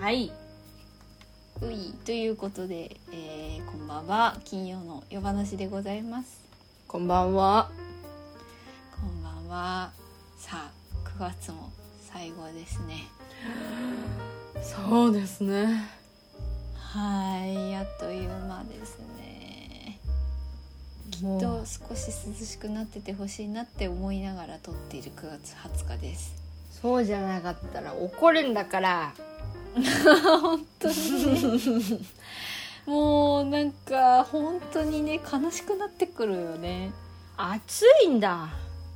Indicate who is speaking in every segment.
Speaker 1: はい。
Speaker 2: ういということで、こんばんは。金曜の夜話でございます。
Speaker 1: こんばんは。
Speaker 2: こんばんは。さあ、9月も最後ですね。
Speaker 1: そうですね。
Speaker 2: はい、あっという間ですね。きっと少し涼しくなっててほしいなって思いながら撮っている9月20日です。
Speaker 1: そうじゃなかったら怒るんだから。
Speaker 2: 本当にねもうなんか本当にね悲しくなってくるよね。
Speaker 1: 暑いんだ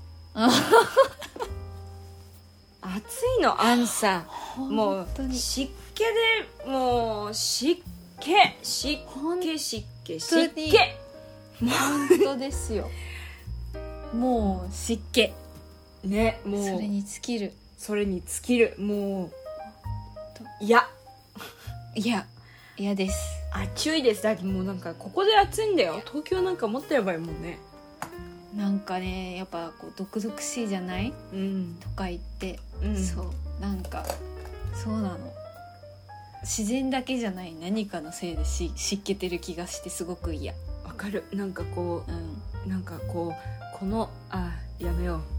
Speaker 1: 暑いのあんさもう湿気でもう湿気本
Speaker 2: 当ですよもう湿気
Speaker 1: ね、もう
Speaker 2: それに尽きるもう
Speaker 1: 嫌
Speaker 2: です。
Speaker 1: 暑いです。だってもうなんかここで暑いんだよ。東京なんかもっとやばいもんね。
Speaker 2: なんかねやっぱこう毒々しいじゃない、
Speaker 1: うん、
Speaker 2: 都会って、
Speaker 1: うん、
Speaker 2: そうなんかそうなの。自然だけじゃない何かのせいで湿気てる気がしてすごく嫌。
Speaker 1: わかる。なんかこう、うん、なんかこうこのやめよう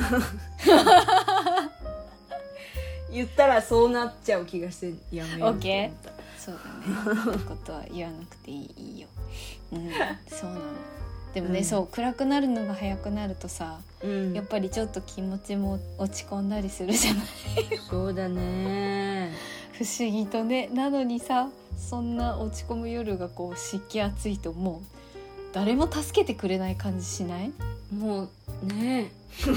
Speaker 1: 言ったらそうなっちゃう気がしてやめようって思った。
Speaker 2: そうだねってことは言わなくていいよ、うん、そうなの。でもね、そう暗くなるのが早くなるとさ、やっぱりちょっと気持ちも落ち込んだりするじゃない
Speaker 1: そうだね
Speaker 2: 不思議とね。なのにさそんな落ち込む夜がこう湿気暑いともう誰も助けてくれない感じしない？
Speaker 1: もうね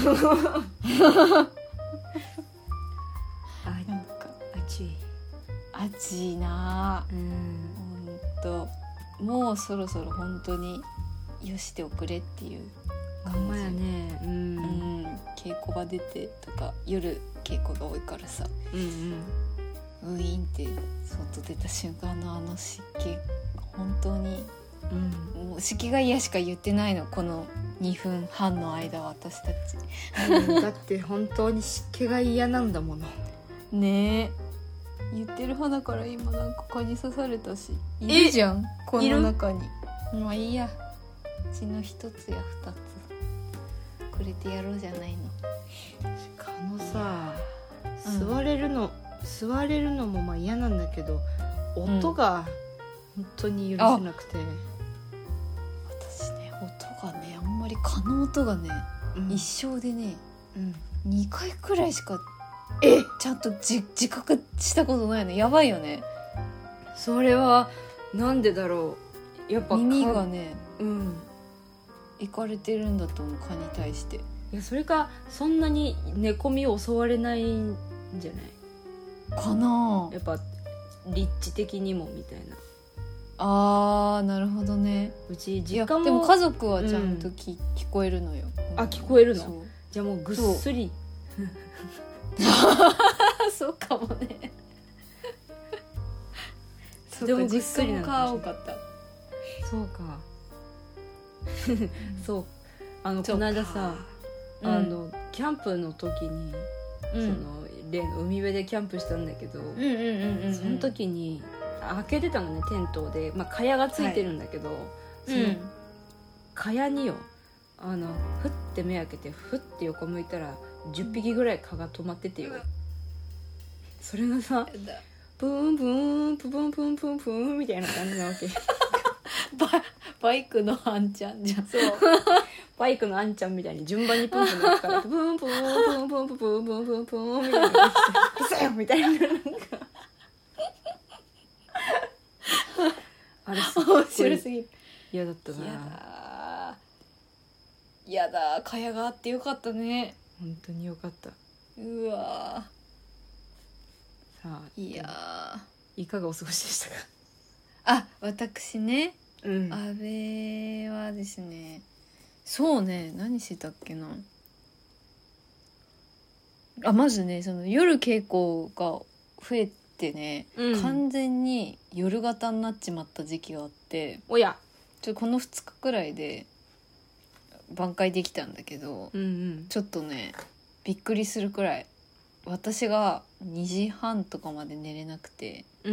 Speaker 2: なんか
Speaker 1: 暑
Speaker 2: いなぁ、ほんともうそろそろ本当によしておくれっていう感じ。
Speaker 1: ほんまやね、
Speaker 2: 稽古場出てとか夜稽古が多いからさ、ウィーンって外出た瞬間のあの湿気本当に、もう湿気が嫌しか言ってないのこの2分半の間私たち、
Speaker 1: だって本当に湿気が嫌なんだもの
Speaker 2: ねえ言ってる花から今なんか蚊に刺されたしいるじゃんこの中に。まあいいやうちの1つや2つくれてやろうじゃないの。
Speaker 1: 蚊のさ座れるのもまあ嫌なんだけど音が本当に許せなくて、
Speaker 2: 私ね音がねあんまり蚊の音がね、一生でね、2回くらいしかちゃんと自覚したことないの。やばいよね。
Speaker 1: それはなんでだろう。やっぱ
Speaker 2: 耳がねいかれてるんだと思う蚊に対して。
Speaker 1: いやそれかそんなに寝込みを襲われないんじゃない
Speaker 2: かな。
Speaker 1: やっぱ立地的にもみたい
Speaker 2: な。なるほどね。
Speaker 1: うち実家も
Speaker 2: でも家族はちゃんと聞こえるのよ。
Speaker 1: 聞こえるの。じゃあもうぐっすり
Speaker 2: そうかもね
Speaker 1: でも実家
Speaker 2: も蚊多かった。
Speaker 1: そうかそうこの間さキャンプの時に、その例の海辺でキャンプしたんだけど、その時に開けてたのねテントで、蚊帳がついてるんだけど、その蚊帳によふって目開けてふって横向いたら10匹ぐらい蚊が止まっててよ。それがさブーンブーンプブンプンプンプンみたいな感じなわけ
Speaker 2: バイクのあんちゃんじゃん。
Speaker 1: そうバイクのあんちゃんみたいに順番にプンプンなってからブーンプンプンプンプンプンプンプンみたいな感じでブスンみたいななんかあれすごい
Speaker 2: 面白すぎる。
Speaker 1: 嫌だったな。
Speaker 2: やだ蚊帳があってよかったね。
Speaker 1: 本当によかった。
Speaker 2: うわ
Speaker 1: さあ
Speaker 2: い
Speaker 1: かがお過ごしでしたか？
Speaker 2: 私ね、安倍はですね、そうね何してたっけな。まずねその夜稽古が増えてね、完全に夜型になっちまった時期があって、この2日くらいで挽回できたんだけど、ちょっとねびっくりするくらい私が2時半とかまで寝れなくて、
Speaker 1: うん、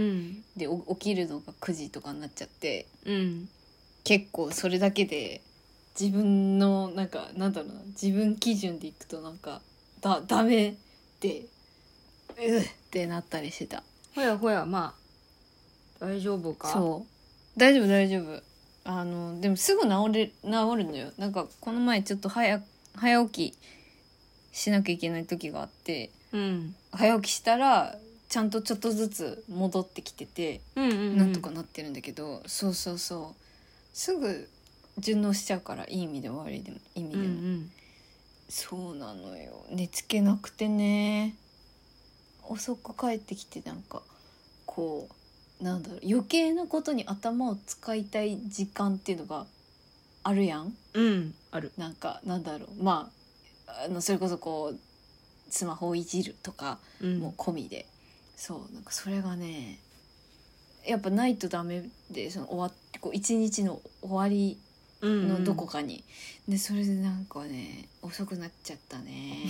Speaker 2: で起きるのが9時とかになっちゃって、
Speaker 1: うん、
Speaker 2: 結構それだけで自分のなんだろうな、自分基準でいくとなんかダメでってなったりしてた。
Speaker 1: ほやほや、まあ大丈夫か。
Speaker 2: そう大丈夫。でもすぐ治るのよ。なんかこの前ちょっと早起きしなきゃいけない時があって、
Speaker 1: うん、
Speaker 2: 早起きしたらちゃんとちょっとずつ戻ってきてて、なんとかなってるんだけど、そうすぐ順応しちゃうから、いい意味でも悪い意味でも、そうなのよ。寝つけなくてね、遅く帰ってきて、なんかこうなんだろう、余計なことに頭を使いたい時間っていうのがあるやん。
Speaker 1: ある。
Speaker 2: なんだろう、まあそれこそこうスマホをいじるとかも込みで、そうなんかそれがねやっぱないとダメで、その終わってこう一日の終わりのどこかに、でそれでなんかね遅くなっちゃったね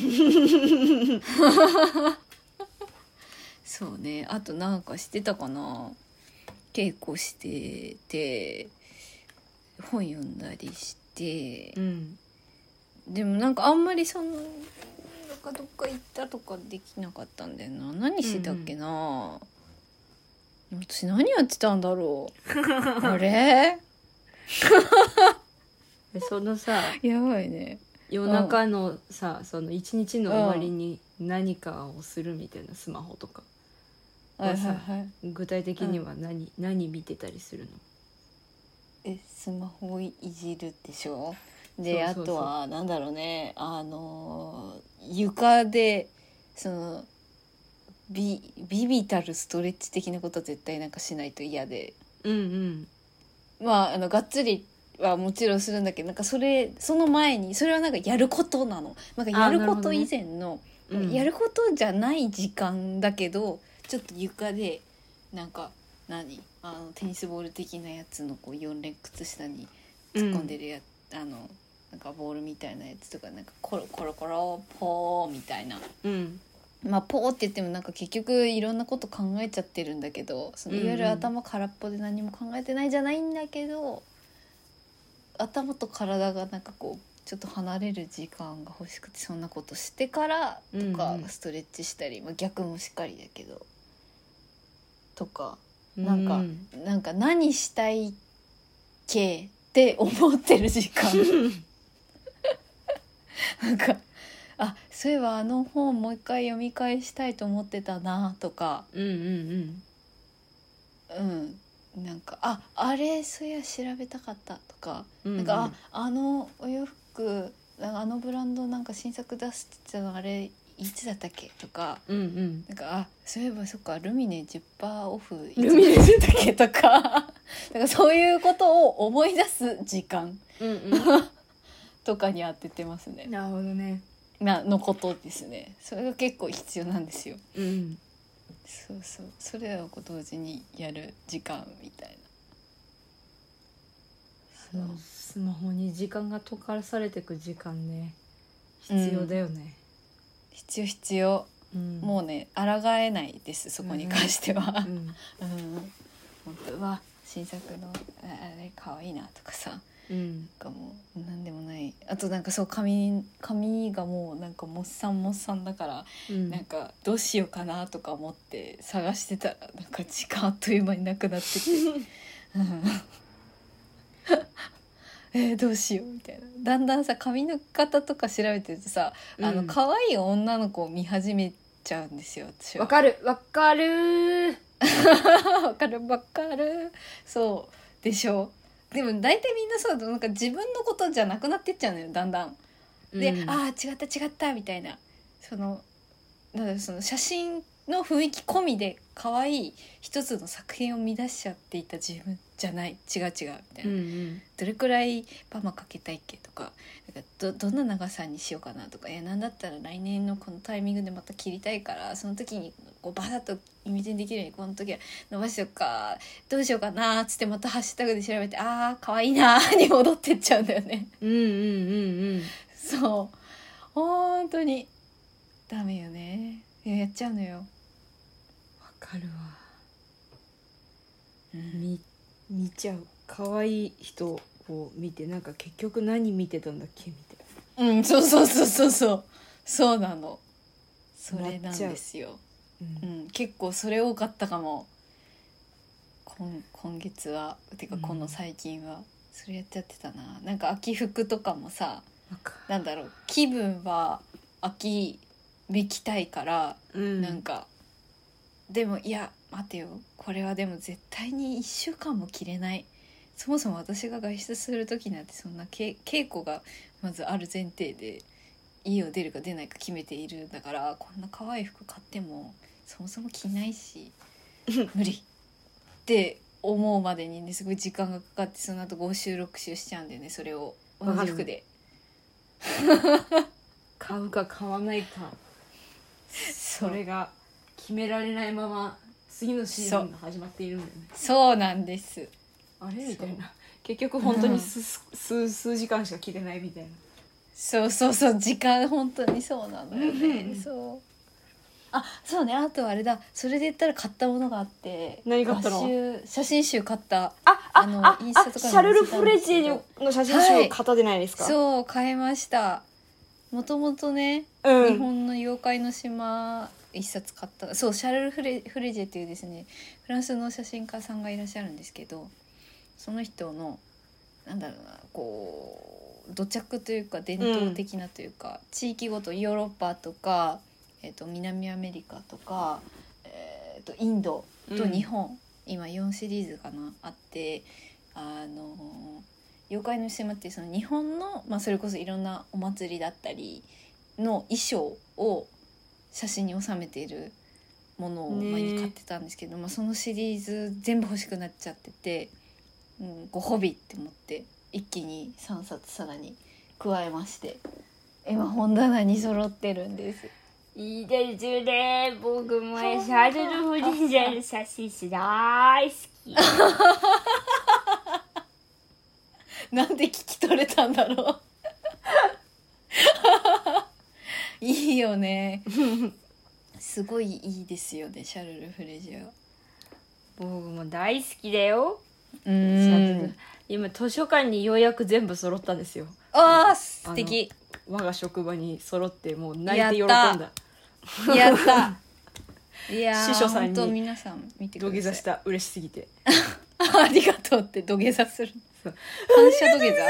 Speaker 2: そうね。あとなんかしてたかな、稽古してて本読んだりして、でもなんかあんまりそのどっか行ったとかできなかったんだよな。何してたっけな、私何やってたんだろうあれ
Speaker 1: そのさ、
Speaker 2: やばいね、
Speaker 1: 夜中のさ、その一日の終わりに何かをするみたいな、スマホとかはさ、具体的には何見てたりするの？
Speaker 2: スマホをいじるでしょ。で、あとはなんだろうね、床でそのビビたるストレッチ的なことは絶対なんかしないと嫌で、まあがっつりはもちろんするんだけど、なんかその前にそれはなんかやることなの、なんかやること以前の、やることじゃない時間だけど、ちょっと床でなんかテニスボール的なやつのこう4連靴下に突っ込んでるなんかボールみたいなやつとか、なんかコロコロコロポーみたいな、まあポーって言ってもなんか結局いろんなこと考えちゃってるんだけど、そのいわゆる頭空っぽで何も考えてないじゃないんだけど、頭と体がなんかこうちょっと離れる時間が欲しくて、そんなことしてからとか、ストレッチしたり、まあ、逆もしっかりだけどとか、なんか何したいっけって思ってる時間なんかそういえばあの本もう一回読み返したいと思ってたなとか、なんかあれそういや調べたかったとか、なんかあのお洋服あのブランドなんか新作出してたのあれいつだったっけとか、なんかそういえばそっかルミネ 10% オフいつだったっけとかなんかそういうことを思い出す時間とかに当ててますね。
Speaker 1: なるほどね。
Speaker 2: のことですね。それが結構必要なんですよ。そうそれを同時にやる時間みたい
Speaker 1: な。スマホに時間が溶かされていく時間ね、必要だよね。
Speaker 2: 必要、もうね抗えないです、そこに関しては。本当は新作のあれ可愛いなとかさ、なんかもう何でもない。あとなんかそう髪がもうなんかもっさんだから、なんかどうしようかなとか思って探してたら、なんか時間あっという間になくなっててどうしようみたいな。だんだんさ髪の型とか調べてるとさ、可愛い女の子を見始めちゃうんですよ、私は。わかるわかるそうでしょ。でも大体みんなそうだと、なんか自分のことじゃなくなってっちゃうのよ、だんだん。で、違ったみたいな、その写真の雰囲気込みで可愛い一つの作品を生み出しちゃっていた自分じゃない、違うみたいな、どれくらいパーマかけたいっけとか、どんな長さにしようかなとか、なんだったら来年のこのタイミングでまた切りたいから、その時にこうバサッとイメチェンできるようにこの時は伸ばしようか、どうしようかなっつって、またハッシュタグで調べて可愛いなに戻ってっちゃうんだよね。そう本当にダメよね。 やっちゃうのよ。
Speaker 1: わかるわ、見ちゃう。可愛い人を見てなんか結局何見てたんだっけみたい
Speaker 2: な。そうそうなの。それなんですよ。結構それ多かったかも。今月はてかこの最近はそれやっちゃってたな。なんか秋服とかもさ、なんだろう、気分は秋めきたいから、なんかでもいや待てよ、これはでも絶対に1週間も着れない。そもそも私が外出する時なんてそんな稽古がまずある前提で家を出るか出ないか決めているんだから、こんな可愛い服買ってもそもそも着ないし無理って思うまでにね、すごい時間がかかって、その後5週6週しちゃうんだよね。それを同じ服で
Speaker 1: 買うか買わないか、それが決められないまま次のシーズンが始まっているんだよね。
Speaker 2: そうなんです。
Speaker 1: あれみたいな、結局本当に数時間しか着れないみたいな。
Speaker 2: そう時間本当にそうなのよね。そうね。あとあれだ、それで言ったら買ったものがあって。
Speaker 1: 何買ったの？
Speaker 2: 写真集買った。
Speaker 1: インスタとかシャルル・フレジェの写真集を買ったじゃないですか。
Speaker 2: そう買いました。もともとね、日本の妖怪の島一冊買った。そう、シャルル・フレジェっていうですね、フランスの写真家さんがいらっしゃるんですけど、その人のなんだろうな、こう土着というか伝統的なというか、地域ごとヨーロッパとか、南アメリカとか、インドと日本、今4シリーズかなあって、妖怪の島ってその日本の、それこそいろんなお祭りだったりの衣装を写真に収めているものを前に買ってたんですけど、そのシリーズ全部欲しくなっちゃってて、ご褒美って思って一気に3冊さらに加えまして、今本棚に揃ってるんです。
Speaker 1: いいですね。僕もシャルル・フレジェの写真集大好き。
Speaker 2: なんで聞き取れたんだろう。いいよね。すごいいいですよね、シャルル・フレジェは。
Speaker 1: 僕も大好きだよ。今図書館にようやく全部揃ったんですよ。
Speaker 2: 素敵。
Speaker 1: 我が職場に揃ってもう泣いて喜んだ。
Speaker 2: やったいや
Speaker 1: 司書さんに
Speaker 2: 皆さん見てください。
Speaker 1: 土下座した。嬉しすぎて
Speaker 2: ありがとうって土下座する。感謝土下座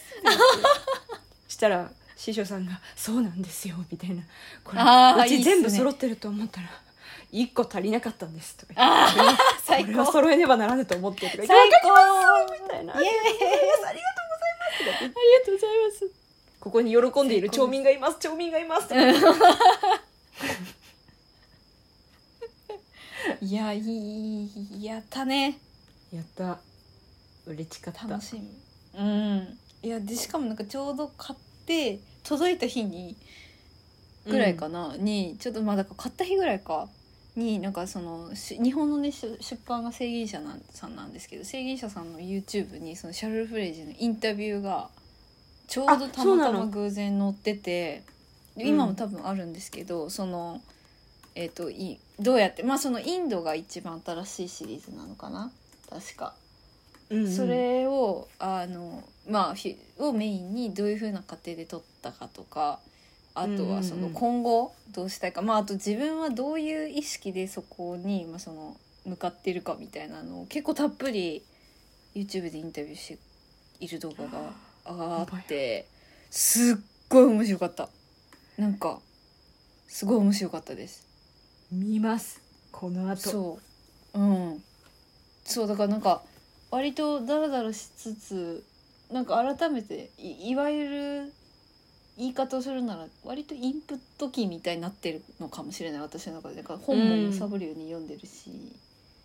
Speaker 1: したら司書さんがそうなんですよみたいな、これうち全部揃ってると思ったら1個足りなかったんですとか、
Speaker 2: 最高、
Speaker 1: これを揃えねばならぬと思ってとか、
Speaker 2: 最高
Speaker 1: みたいな、
Speaker 2: ありがとうございます
Speaker 1: ありがとうございます。ここに喜んでいる町民がいます
Speaker 2: いや、やったね。
Speaker 1: やった。嬉しかった。
Speaker 2: 楽しみ。いやでしかもなんかちょうど買って届いた日にぐらいかな、にちょっとだから買った日ぐらいかになんかその日本のね出版が正義者さんなんですけど、正義者さんの YouTube にそのシャルル・フレジのインタビューがちょうどたまたま偶然載ってて、今も多分あるんですけど、そのどうやってそのインドが一番新しいシリーズなのかな確か。それををメインにどういう風な過程で撮ったかとか、あとはその今後どうしたいか、あと自分はどういう意識でそこにその向かっているかみたいなのを結構たっぷり YouTube でインタビューしている動画があって、すっごい面白かった。なんかすごい面白かったです。
Speaker 1: 見ますこの後。
Speaker 2: そうだからなんか割とダラダラしつつ、なんか改めて いわゆる言い方をするなら割とインプット期みたいになってるのかもしれない、私の中で。だから本もサブリューに読んでるし、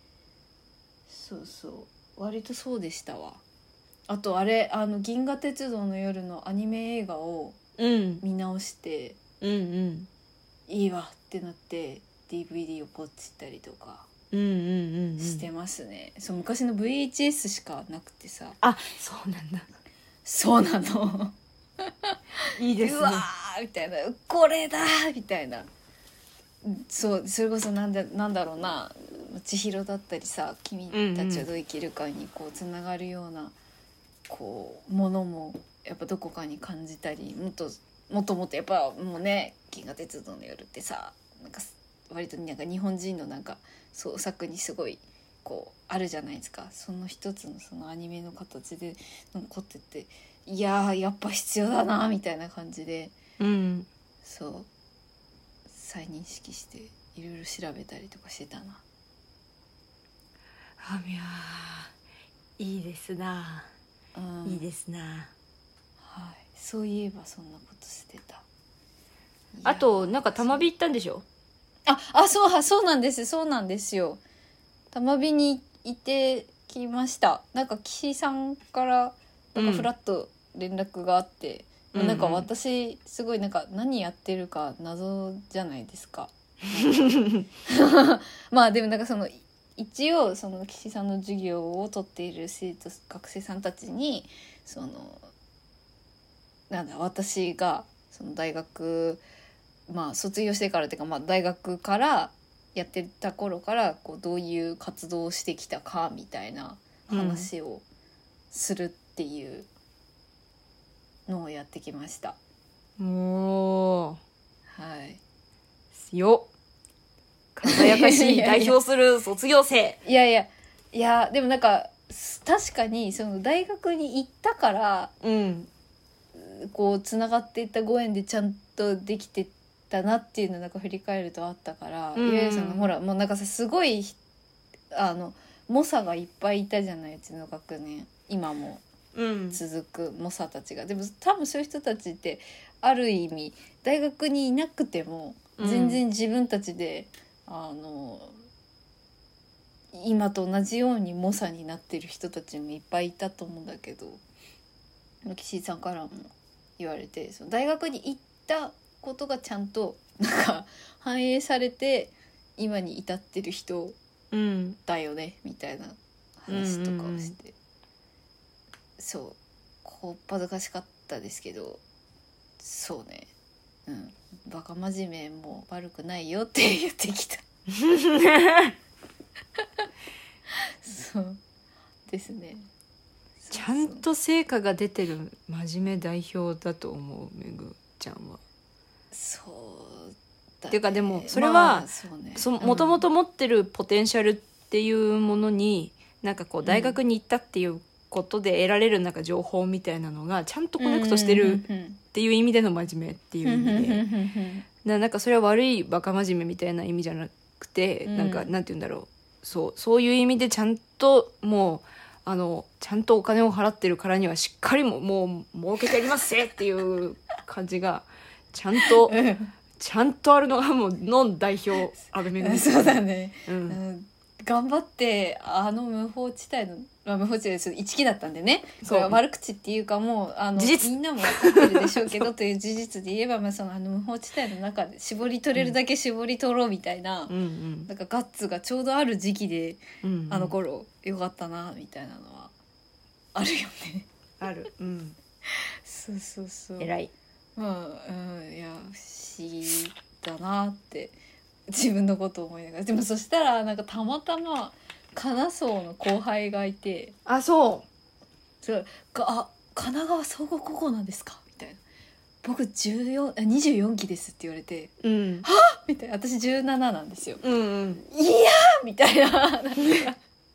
Speaker 2: 割とそうでしたわ。あと銀河鉄道の夜のアニメ映画を見直して、いいわってなって DVD をポチったりとかしてますね。そう昔の VHS しかなくてさ。
Speaker 1: そうなんだ。
Speaker 2: そうなの
Speaker 1: いいですね。
Speaker 2: うわーみたいな、これだみたいなそうそれこそなんだろうな、千尋だったりさ、君たちはどう生きるかにこうつながるようなこうものもやっぱどこかに感じたり、もっとやっぱもうね、銀河鉄道の夜ってさ、なんか割となんか日本人のなんか創作にすごいこうあるじゃないですか。その一つのそのアニメの形で残ってて、いややっぱ必要だなみたいな感じで、
Speaker 1: うん、
Speaker 2: そう再認識していろいろ調べたりとかしてたな。
Speaker 1: あ、いやいいですな、いいですな。
Speaker 2: はい、そういえばそんなことしてた。
Speaker 1: あとなんか玉美行ったんでしょ？
Speaker 2: そうなんですよ。玉美に行ってきました。なんか岸さんからなんかフラッと連絡があって、なんか私すごいなんか何やってるか謎じゃないですか。まあでもなんかその一応その岸さんの授業を取っている学生さんたちにその私がその大学卒業してからっていうか、大学からやってた頃からこうどういう活動をしてきたかみたいな話をするっていうのをやってきました。
Speaker 1: お
Speaker 2: ー、はい
Speaker 1: よ輝かしい代表する卒業生。
Speaker 2: いやでもなんか確かにその大学に行ったから、こうつながっていったご縁でちゃんとできてたなっていうのをなんか振り返るとあったから、いわゆるそのほらもうなんかさ、すごい猛者がいっぱいいたじゃない、うちの学年今も続く猛者たちが。でも多分そういう人たちってある意味大学にいなくても全然自分たちで、今と同じように猛者になってる人たちもいっぱいいたと思うんだけど、岸井さんからも言われて、その大学に行ったことがちゃんとなんか反映されて今に至ってる人だよね、みたいな話とかをして、そうこっぱずかしかったですけど、そうね、バカ真面目も悪くないよって言ってきた。そうですね。
Speaker 1: ちゃんと成果が出てる真面目代表だと思う、めぐちゃんは。
Speaker 2: そうだね。
Speaker 1: っていうかでもそれはもともと持ってるポテンシャルっていうものになんかこう大学に行ったっていうことで得られるなんか情報みたいなのがちゃんとコネクトしてるっていう意味での真面目っていう意味で、なんかそれは悪いバカ真面目みたいな意味じゃなくて、なんかなんて言うんだろう、そういう意味でちゃんともうちゃんとお金を払ってるからにはしっかりもう儲けてやりますぜっていう感じがちゃんとあるのがもうの代表安倍めぐみ。
Speaker 2: そうだね、頑張って無法地帯の、無法地帯です1期だったんでね、それは悪口っていうかもうみんなも分かってるでしょうけどという事実で言えば、その無法地帯の中で絞り取れるだけ絞り取ろうみたいな、なんかガッツがちょうどある時期で、あの頃よかったなみたいなのはあるよね。
Speaker 1: ある、
Speaker 2: そう
Speaker 1: 偉い。
Speaker 2: いや不思議だなって自分のことを思いながら、でもそしたらなんかたまたま金層の後輩がいて、神奈川総合高校なんですかみたいな、僕24期ですって言われて、はっみたいな、私17なんですよ、いやみたいな、なんか24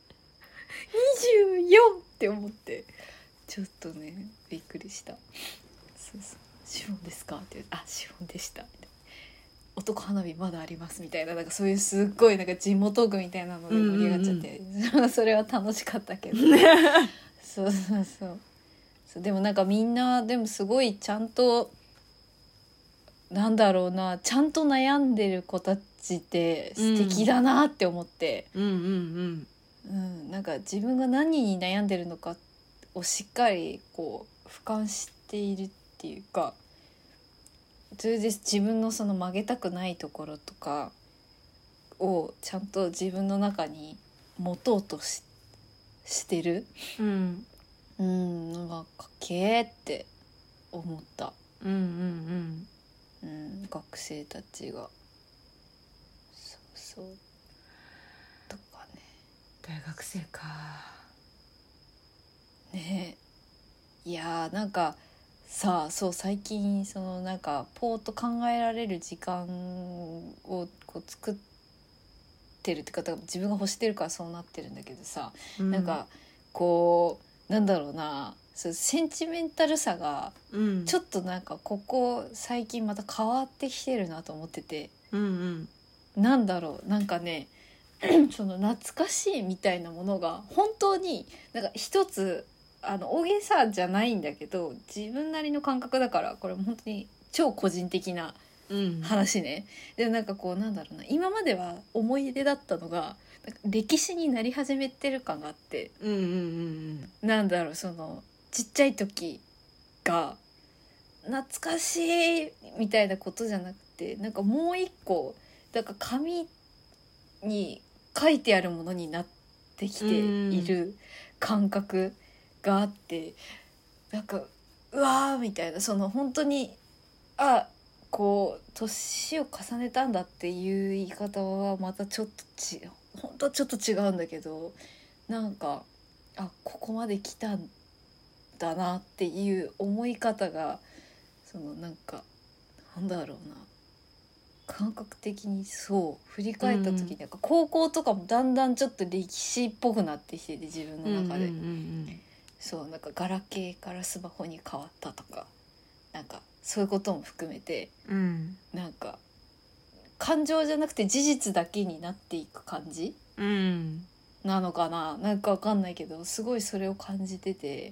Speaker 2: って思ってちょっとねびっくりした。シフォンですかって言う、シフォンでしたみたいな、男花火まだありますみたいな、なんかそういうすっごいなんか地元区みたいなので盛り上がっちゃって、それは楽しかったけどそうでもなんかみんなでもすごいちゃんとなんだろうな、ちゃんと悩んでる子たちって素敵だなって思って、なんか自分が何に悩んでるのかをしっかりこう俯瞰しているっていうか、それで自分のその曲げたくないところとかをちゃんと自分の中に持とうとしてる、なんかかっけーって思った、学生たちがそうとかね。
Speaker 1: 大学生か
Speaker 2: ねえ、いやなんかさあ、そう最近そのなんかポーと考えられる時間をこう作ってるって方が自分が欲してるからそうなってるんだけどさ、なんかこうなんだろうな、そうセンチメンタルさがちょっとなんかここ最近また変わってきてるなと思ってて、なんだろう、なんかねその懐かしいみたいなものが本当になんか一つ大げさじゃないんだけど自分なりの感覚だから、これも本当に超個人的な話ね、でもなんかこうなんだろうな、今までは思い出だったのが歴史になり始めてる感があって、なんだろう、そのちっちゃい時が懐かしいみたいなことじゃなくて、なんかもう一個なんか紙に書いてあるものになってきている感覚があって、なんかうわーみたいな、その本当にこう年を重ねたんだっていう言い方はまたちょっと本当ちょっと違うんだけど、なんかここまで来たんだなっていう思い方が、そのなんかなんだろうな、感覚的にそう振り返った時になんか高校とかもだんだんちょっと歴史っぽくなってきてて、自分の中で、そうなんかガラケーからスマホに変わったとか、なんかそういうことも含めて、なんか感情じゃなくて事実だけになっていく感じ、なのかな、なんかわかんないけどすごいそれを感じてて、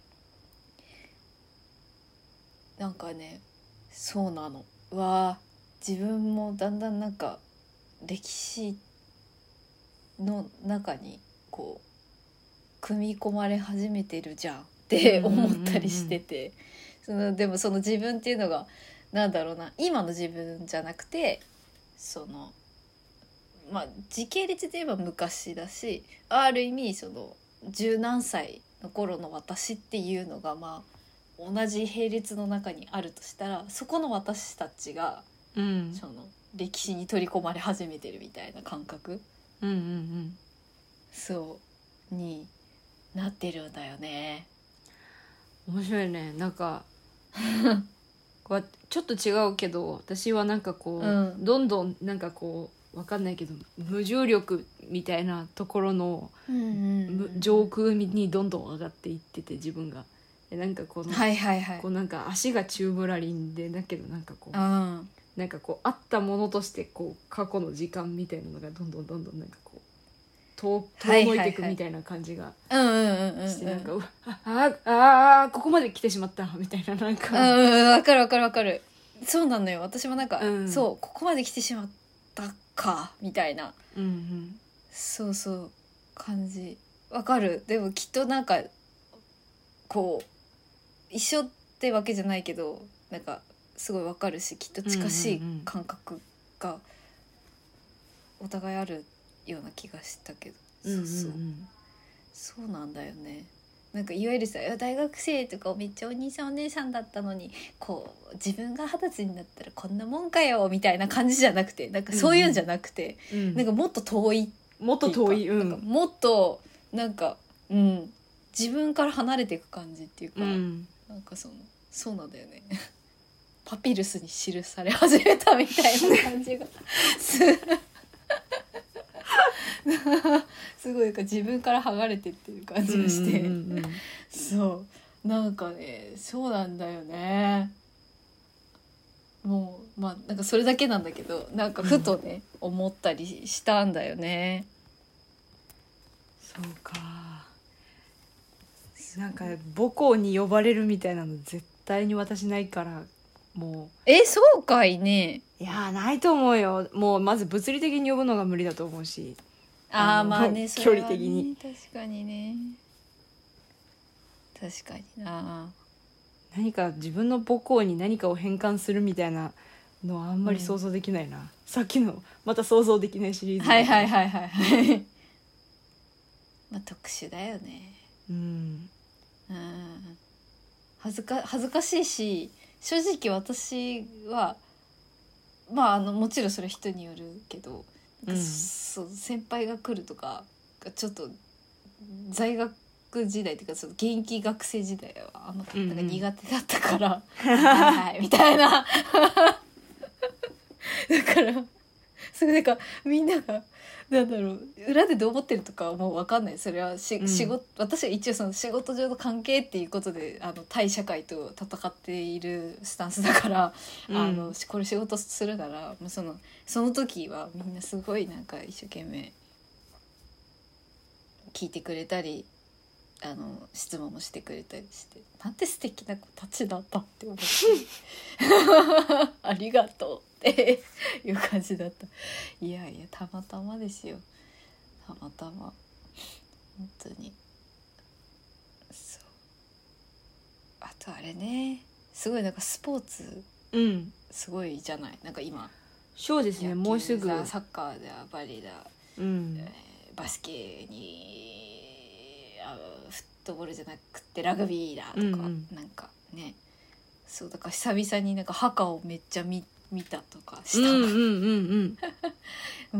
Speaker 2: なんかね、そうなの、自分もだんだんなんか歴史の中にこう組み込まれ始めてるじゃんって思ったりしてて、でもその自分っていうのがなんだろうな、今の自分じゃなくて、その時系列で言えば昔だし、ある意味その十何歳の頃の私っていうのが同じ並列の中にあるとしたら、そこの私たちが、その歴史に取り込まれ始めてるみたいな感覚、そうになってるんだよね。
Speaker 1: 面白いね。なんかこうちょっと違うけど、私はなんかこう、どんどんなんかこうわかんないけど無重力みたいなところの、上空にどんどん上がっていってて、自分がなんかこの、こうなんか足がチューブラリンで、だけどなんかこう、なんかこうあったものとしてこう過去の時間みたいなのがどんどんなんかこう遠のいていくみたいな感じがして、なんかここまで来てしまったみたいな、なんか
Speaker 2: わかる、そうなのよ。私もなんか、そうここまで来てしまったかみたいな、そう感じわかる。でもきっとなんかこう一緒ってわけじゃないけど、なんかすごいわかるし、きっと近しい感覚がお互いあるような気がしたけど、そうなんだよね。なんかいわゆるさ、大学生とかめっちゃお兄さんお姉さんだったのに、こう自分が20歳になったらこんなもんかよみたいな感じじゃなくて、なんかそういうんじゃなくて、なんかもっと遠い、なんかもっとなんか、自分から離れていく感じっていうか、なんかそうなんだよねパピルスに記され始めたみたいな感じがすごい自分から剥がれてっていう感じがして、そうなんかね、そうなんだよね。もうなんかそれだけなんだけど、なんかふとね、思ったりしたんだよね。
Speaker 1: そうか。なんか母校に呼ばれるみたいなの絶対に私ないから、もう
Speaker 2: そうかいね。
Speaker 1: いやないと思うよ。もうまず物理的に呼ぶのが無理だと思うし、
Speaker 2: ね、
Speaker 1: 距離的に、
Speaker 2: 確かにね、確かにな。
Speaker 1: 何か自分の母校に何かを変換するみたいなのはあんまり想像できないな、さっきのまた想像できないシリーズ、
Speaker 2: 特殊だよね。恥ずかしいし、正直私はもちろんそれ人によるけど、 そう先輩が来るとかちょっと在学時代っていうかその現役学生時代はなんか苦手だったから、はいみたいなだからそれなんかみんながなんだろう裏でどう思ってるとかはもう分かんない。それは仕事私は一応その仕事上の関係っていうことで対社会と戦っているスタンスだから、これ仕事するならもうその時はみんなすごいなんか一生懸命聞いてくれたり質問もしてくれたりしてなんて素敵な子たちだったって思ってありがとうっていう感じだった。いやいやたまたまですよ、たまたま本当に。そうあとあれねすごいなんかスポーツすごいじゃない、なんか今
Speaker 1: そうですね、もうすぐ
Speaker 2: サッカーだバレーだ、バスケにフットボールじゃなくてラグビーだとか、なんかねそうだから久々になんかハカをめっちゃ見たとかした、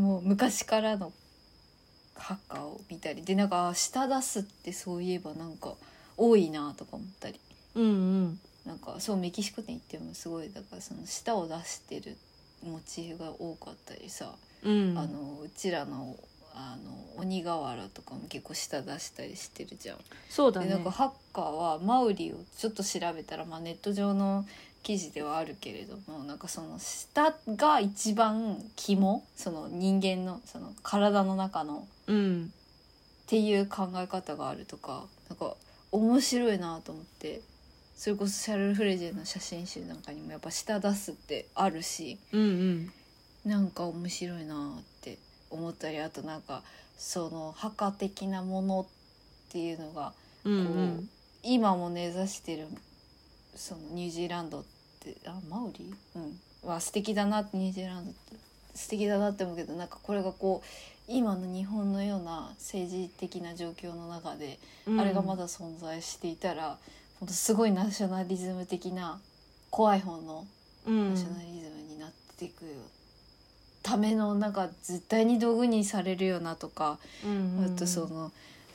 Speaker 2: もう昔からのハカを見たりでなんか舌出すってそういえばなんか多いなとか思ったり、なんかそうメキシコ店行ってもすごいだからその舌を出してるモチーフが多かったりさ、うちらの鬼瓦とかも結構舌出したりしてるじゃん。
Speaker 1: そうだね。
Speaker 2: でなんかハッカーはマウリをちょっと調べたら、ネット上の記事ではあるけれどもなんかその舌が一番肝その人間のその体の中の、っていう考え方があるとかなんか面白いなと思って、それこそシャルル・フレジェの写真集なんかにもやっぱ舌出すってあるし、なんか面白いなって思ったり、あとなんかその墓的なものっていうのがこう、今も根ざしてるそのニュージーランドってマウリ、は素敵だなってニュージーランドって素敵だなって思うけど、なんかこれがこう今の日本のような政治的な状況の中で、あれがまだ存在していたらほんとすごいナショナリズム的な怖い方のナショナリズムになっていくよ、ためのなんか絶対に道具にされるよなとか、あとその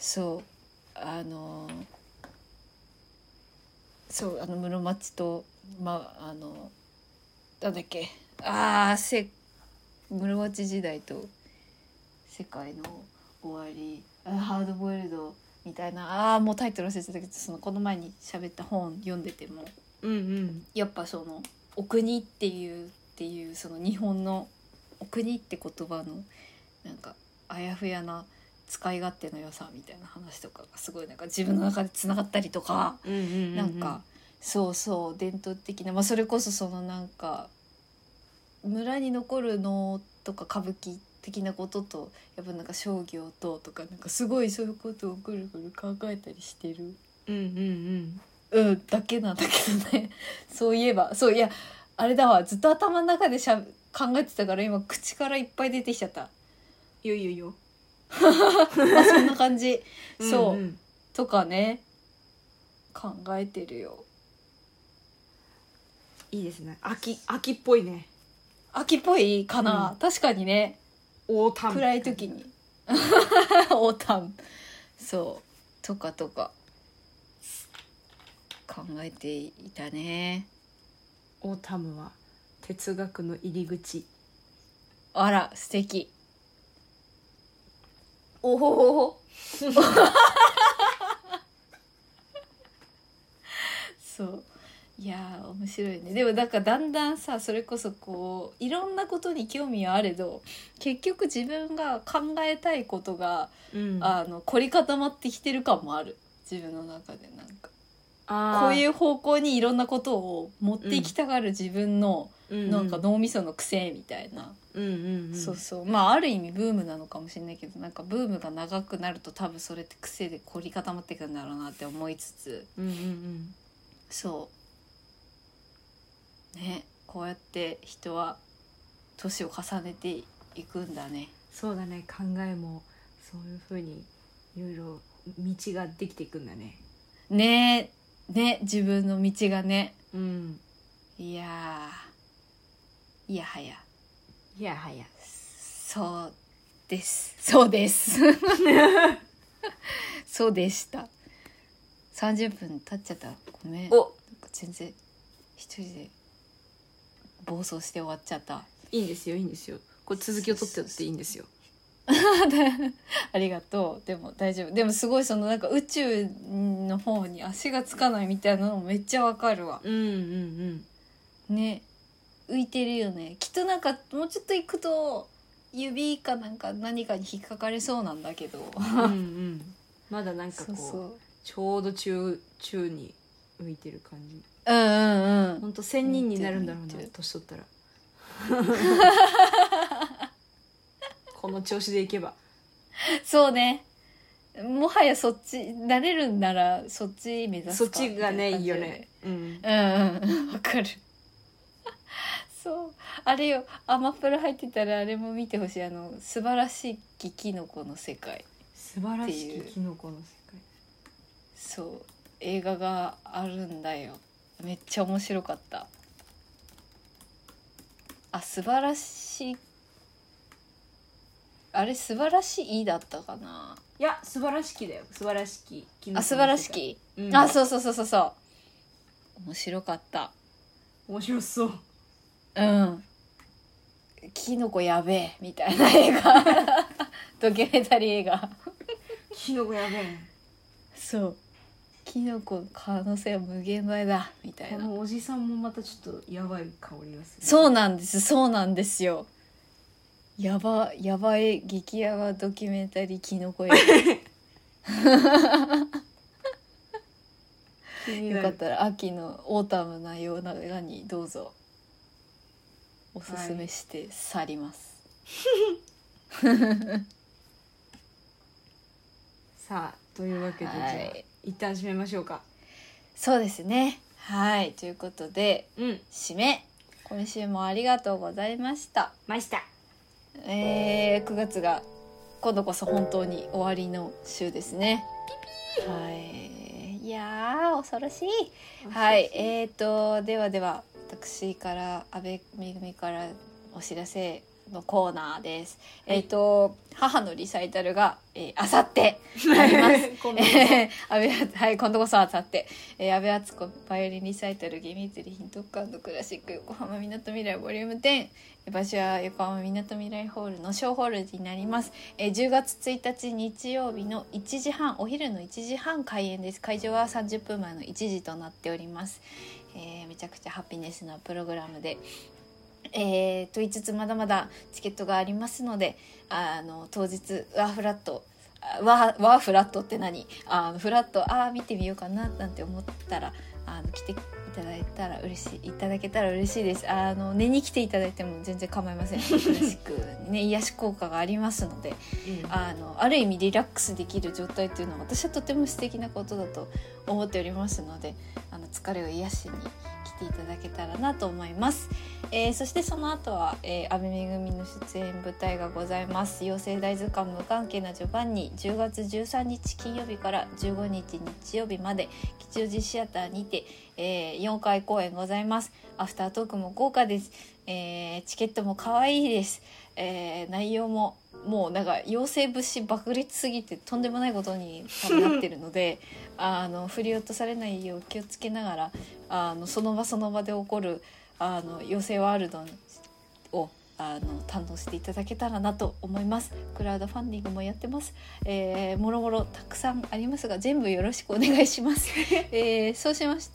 Speaker 2: 室町となんだっけ室町時代と世界の終わりハードボイルドみたいなもうタイトル忘れてたけど、そのこの前に喋った本読んでても、やっぱそのお国っていうその日本のお国って言葉のなんかあやふやな使い勝手の良さみたいな話とかがすごいなんか自分の中でつながったりとか、なんかそう伝統的な、それこそそのなんか村に残るのとか歌舞伎的なこととやっぱなんか商業とかなんかすごいそういうことをぐるぐる考えたりしてるだけなんだけどねそういえばいやあれだわ、ずっと頭の中で考えてたから今口からいっぱい出てきちゃった。
Speaker 1: いいよ
Speaker 2: そんな感じそうとかね考えてるよ。
Speaker 1: いいですね。秋っぽいね。
Speaker 2: 秋っぽいかな、確かにね。
Speaker 1: オータム
Speaker 2: 暗い時にオータムそうとか考えていたね。
Speaker 1: オータムは哲学の入り口。
Speaker 2: あら素敵。おほほほそういや面白いね。でもなんかだんだんさそれこそこういろんなことに興味はあれど結局自分が考えたいことが、凝り固まってきてる感もある自分の中で。なんかこういう方向にいろんなことを持っていきたがる自分の、なんか脳みその癖みたいな、そうある意味ブームなのかもしれないけど、なんかブームが長くなると多分それって癖で凝り固まっていくんだろうなって思いつつ、そうね、こうやって人は年を重ねていくんだね。
Speaker 1: そうだね、考えもそういう風にいろいろ道ができていくんだね。
Speaker 2: ね自分の道がね、いやはやそうですそうでした。30分経っちゃった。ごめん。なんか全然一人で暴走して終わっちゃった。
Speaker 1: いいんですよこれ続きを取ってやっていいんですよ
Speaker 2: ありがとう。でも大丈夫。でもすごいそのなんか宇宙の方に足がつかないみたいなのもめっちゃわかるわ。ね、浮いてるよね。きっとなんかもうちょっと行くと指かなんか何かに引っかかれそうなんだけど
Speaker 1: まだなんかこうちょうど中に浮いてる感じ。ほんと1000人になるんだろうな、年取ったらこの調子でいけば。
Speaker 2: そうね、もはやそっち慣れるんならそっち目指すか。
Speaker 1: そっちがねいいよね。
Speaker 2: わかるそうあれよ、アマプラ入ってたらあれも見てほしい。素晴らしきキノコの世界。
Speaker 1: 素晴らしきキノコの世界。
Speaker 2: そう映画があるんだよ。めっちゃ面白かった。素晴らしい、あれ素晴らしいだったかな。
Speaker 1: いや素晴らしきだよ。素晴らしきキノコの世界。
Speaker 2: 素晴らしき、そう面白かった。
Speaker 1: 面白そう。
Speaker 2: キノコやべえみたいな映画ドキュメンタリー映画
Speaker 1: キノコやべえ。
Speaker 2: そうキノコの可能性は無限大だみたいな。
Speaker 1: このおじさんもまたちょっとやばい香りがする。
Speaker 2: そうなんですよ。やばい激ヤバドキュメンタリーキノコ映画よかったら秋のオータムなような映画にどうぞおすすめして去ります、
Speaker 1: さあというわけで、じゃあ一旦締めましょうか。
Speaker 2: そうですね。はいということで、締め今週もありがとうございました。9月が今度こそ本当に終わりの週ですね。いやー恐ろしい。では私から阿部めぐみからお知らせのコーナーです。母のリサイタルがあさってあります今度こそあさって阿部敦子バイオリンリサイタル厳密理品特館のクラシック横浜みなとみらいボリューム10、場所は横浜みなとみらいホールの小ホールになります。10月1日日曜日の1時半、お昼の1時半開演です。会場は30分前の1時となっております。めちゃくちゃハピネスなプログラムでと言いつつまだまだチケットがありますので、当日ワーフラットって何、フラット見てみようかななんて思ったら来ていただけたら嬉しいです。寝に来ていただいても全然構いません。クラシックにね癒し効果がありますので、ある意味リラックスできる状態っていうのは私はとても素敵なことだと思っておりますので、疲れを癒しに来ていただけたらなと思います。そしてその後は阿部めぐみの出演舞台がございます。妖精大図鑑無関係なジョバンニ、10月13日金曜日から15日日曜日まで吉祥寺シアターにて、4回公演ございます。アフタートークも豪華です。チケットも可愛いです。内容ももうなんか妖精節爆裂すぎてとんでもないことになってるので振り落とされないよう気をつけながらその場で起こる妖精ワールドを堪能していただけたらなと思います。クラウドファンディングもやってます。もろもろたくさんありますが全部よろしくお願いします。そうしまして、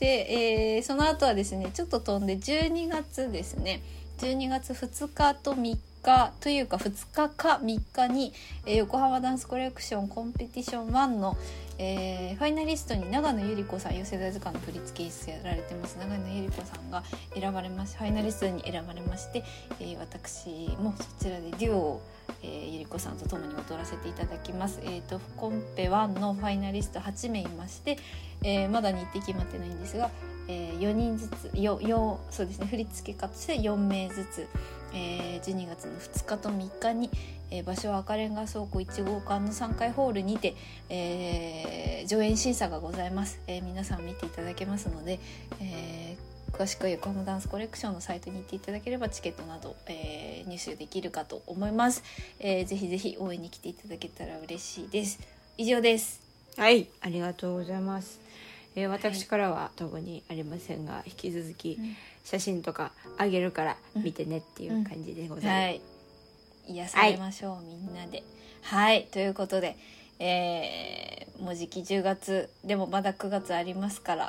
Speaker 2: その後はですねちょっと飛んで12月ですね、12月2日と3日というか2日か3日に、横浜ダンスコレクションコンペティション1の、ファイナリストに長野ゆり子さん、妖精大図鑑の振付師やられてます長野ゆり子さんが選ばれましファイナリストに選ばれまして、私もそちらでデュオを、ゆり子さんと共に踊らせていただきます。コンペ1のファイナリスト8名いまして、まだ日程決まってないんですが、4人ずつそうですね、振付家として4名ずつ、12月の2日と3日に、場所は赤レンガ倉庫1号館の3階ホールにて、上演審査がございます。皆さん見ていただけますので、 詳しくは横浜ダンスコレクションのサイトに行っていただければチケットなど、入手できるかと思います。ぜひぜひ応援に来ていただけたら嬉しいです。以上です。
Speaker 1: はい、ありがとうございます。私からは特にありませんが、引き続き写真とかあげるから見てねっていう感じでございます。はい、
Speaker 2: 癒されましょう、みんなで。はい、ということで、もうじき10月でもまだ9月ありますから、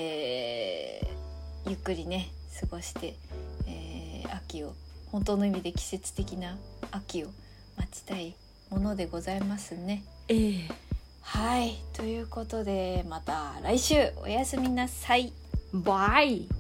Speaker 2: ゆっくりね過ごして、秋を、本当の意味で季節的な秋を待ちたいものでございますね。はい、ということでまた来週おやすみなさい。
Speaker 1: バイ。